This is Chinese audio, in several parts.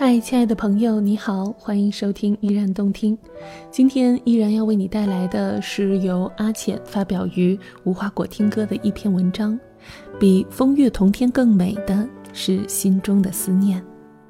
嗨，亲爱的朋友，你好，欢迎收听依然动听。今天依然要为你带来的是由阿浅发表于无花果听歌的一篇文章，比风月同天更美的是心中的思念。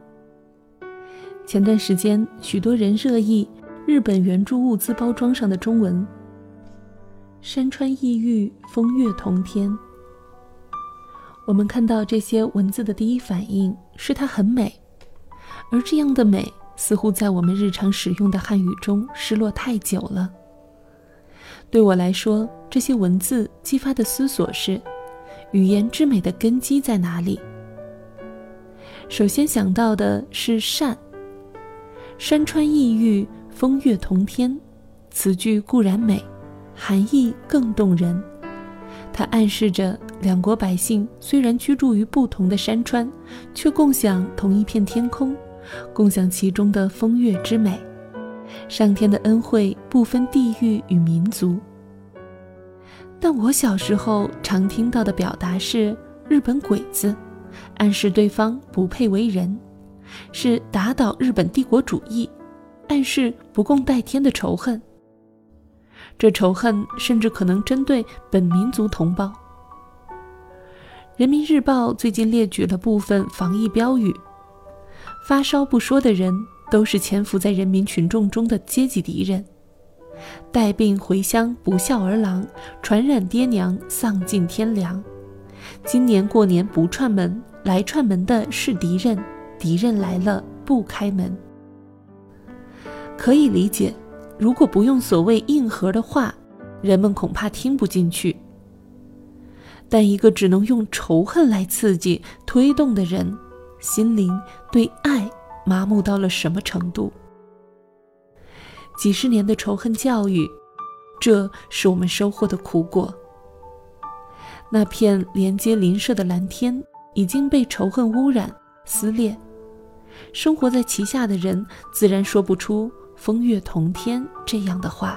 前段时间，许多人热议日本援助物资包装上的中文山川异域，风月同天。我们看到这些文字的第一反应是它很美，而这样的美似乎在我们日常使用的汉语中失落太久了。对我来说，这些文字激发的思索是，语言之美的根基在哪里？首先想到的是善，山川异域，风月同天，此句固然美，含义更动人。它暗示着两国百姓虽然居住于不同的山川，却共享同一片天空，共享其中的风月之美。上天的恩惠不分地域与民族。但我小时候常听到的表达是日本鬼子，暗示对方不配为人，是打倒日本帝国主义，暗示不共戴天的仇恨。这仇恨甚至可能针对本民族同胞。人民日报最近列举了部分防疫标语，发烧不说的人都是潜伏在人民群众中的阶级敌人，带病回乡不孝儿郎，传染爹娘丧尽天良。今年过年不串门，来串门的是敌人，敌人来了不开门。可以理解，如果不用所谓硬核的话，人们恐怕听不进去。但一个只能用仇恨来刺激推动的人，心灵对爱麻木到了什么程度？几十年的仇恨教育，这是我们收获的苦果。那片连接邻舍的蓝天已经被仇恨污染撕裂，生活在其下的人自然说不出风月同天这样的话。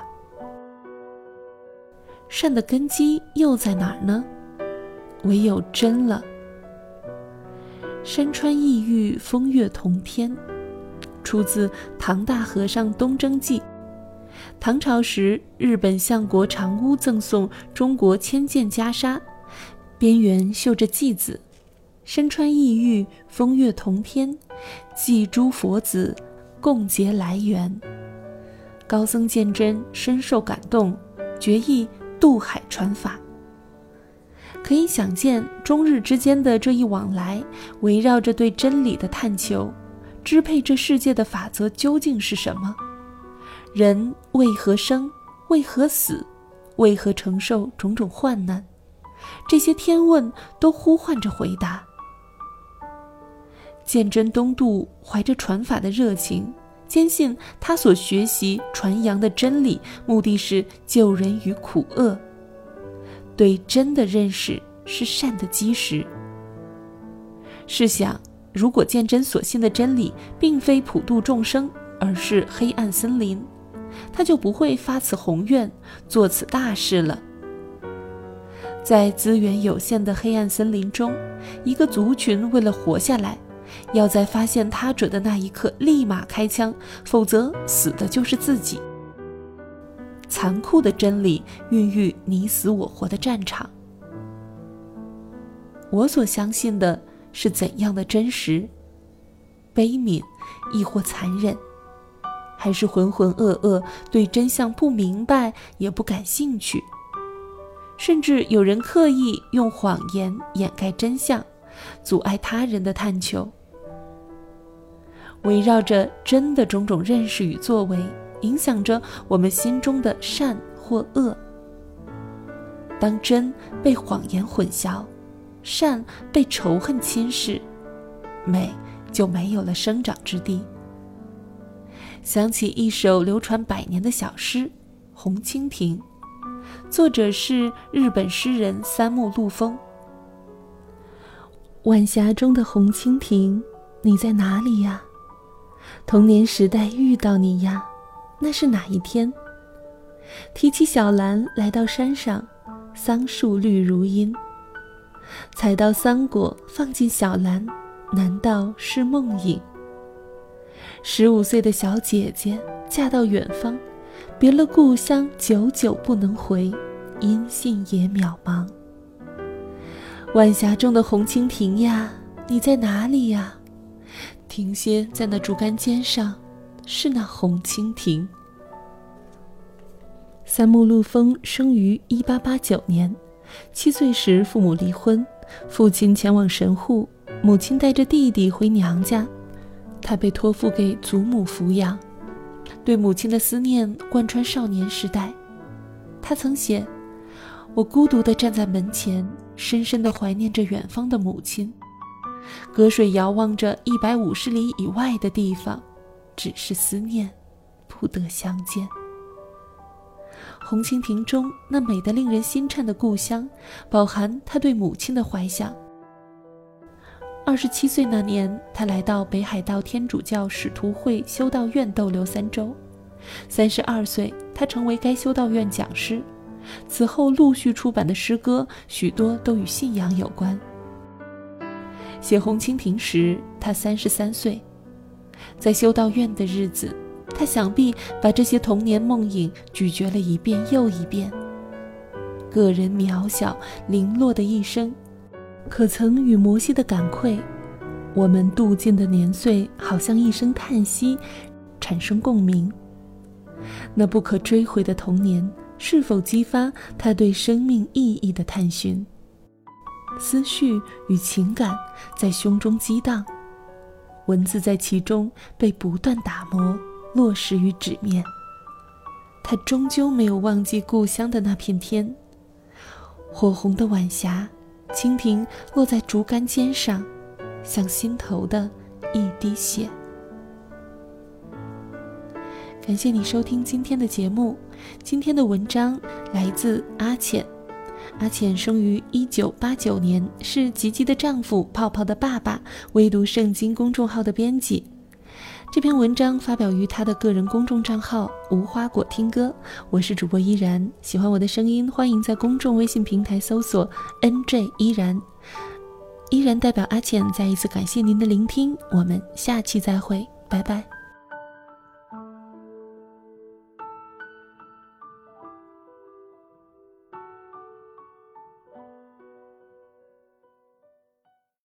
善的根基又在哪儿呢？唯有真了。山川异域，风月同天，出自唐大和尚东征记。唐朝时，日本相国长屋赠送中国千件袈裟，边缘绣着偈子：山川异域，风月同天，祭诸佛子，共结来缘。高僧鉴真深受感动，决意渡海传法。可以想见，中日之间的这一往来，围绕着对真理的探求，支配这世界的法则究竟是什么？人为何生？为何死？为何承受种种患难？这些天问都呼唤着回答。鉴真东渡，怀着传法的热情，坚信他所学习传扬的真理，目的是救人于苦厄。对真的认识是善的基石。试想，如果鉴真所信的真理并非普度众生，而是黑暗森林，他就不会发此宏愿，做此大事了。在资源有限的黑暗森林中，一个族群为了活下来，要在发现他者的那一刻立马开枪，否则死的就是自己。残酷的真理孕育你死我活的战场。我所相信的是怎样的真实？悲悯亦或残忍？还是浑浑噩噩，对真相不明白也不感兴趣？甚至有人刻意用谎言掩盖真相，阻碍他人的探求。围绕着真的种种认识与作为，影响着我们心中的善或恶。当真被谎言混淆，善被仇恨侵蚀，美就没有了生长之地。想起一首流传100年的小诗《红蜻蜓》，作者是日本诗人三木陆风。晚霞中的红蜻蜓，你在哪里呀？童年时代遇到你呀，那是哪一天？提起小篮来到山上，桑树绿如茵，采到桑果放进小篮，难道是梦影？ 15岁的小姐姐嫁到远方，别了故乡，久久不能回，音信也渺茫。晚霞中的红蜻蜓呀，你在哪里呀？停歇在那竹竿尖上，是那红蜻蜓。三木陆丰生于1889年，7岁时父母离婚，父亲前往神户，母亲带着弟弟回娘家，他被托付给祖母抚养。对母亲的思念贯穿少年时代。他曾写：我孤独地站在门前，深深地怀念着远方的母亲。隔水遥望着150里以外的地方，只是思念，不得相见。红蜻蜓中那美得令人心颤的故乡，饱含他对母亲的怀想。27岁那年，他来到北海道天主教使徒会修道院逗留3周。32岁，他成为该修道院讲师。此后陆续出版的诗歌，许多都与信仰有关。写《红蜻蜓》时，他33岁。在修道院的日子，他想必把这些童年梦影咀嚼了一遍又一遍。个人渺小零落的一生，可曾与摩西的感愧？我们度尽的年岁，好像一声叹息，产生共鸣。那不可追回的童年，是否激发他对生命意义的探寻？思绪与情感在胸中激荡，文字在其中被不断打磨，落实于纸面。他终究没有忘记故乡的那片天，火红的晚霞，蜻蜓落在竹竿尖上，像心头的一滴血。感谢你收听今天的节目。今天的文章来自阿浅。阿浅生于1989年，是吉吉的丈夫泡泡的爸爸，微读圣经公众号的编辑。这篇文章发表于他的个人公众账号无花果听歌。我是主播依然，喜欢我的声音，欢迎在公众微信平台搜索 NJ 依然。依然代表阿浅再一次感谢您的聆听，我们下期再会，拜拜。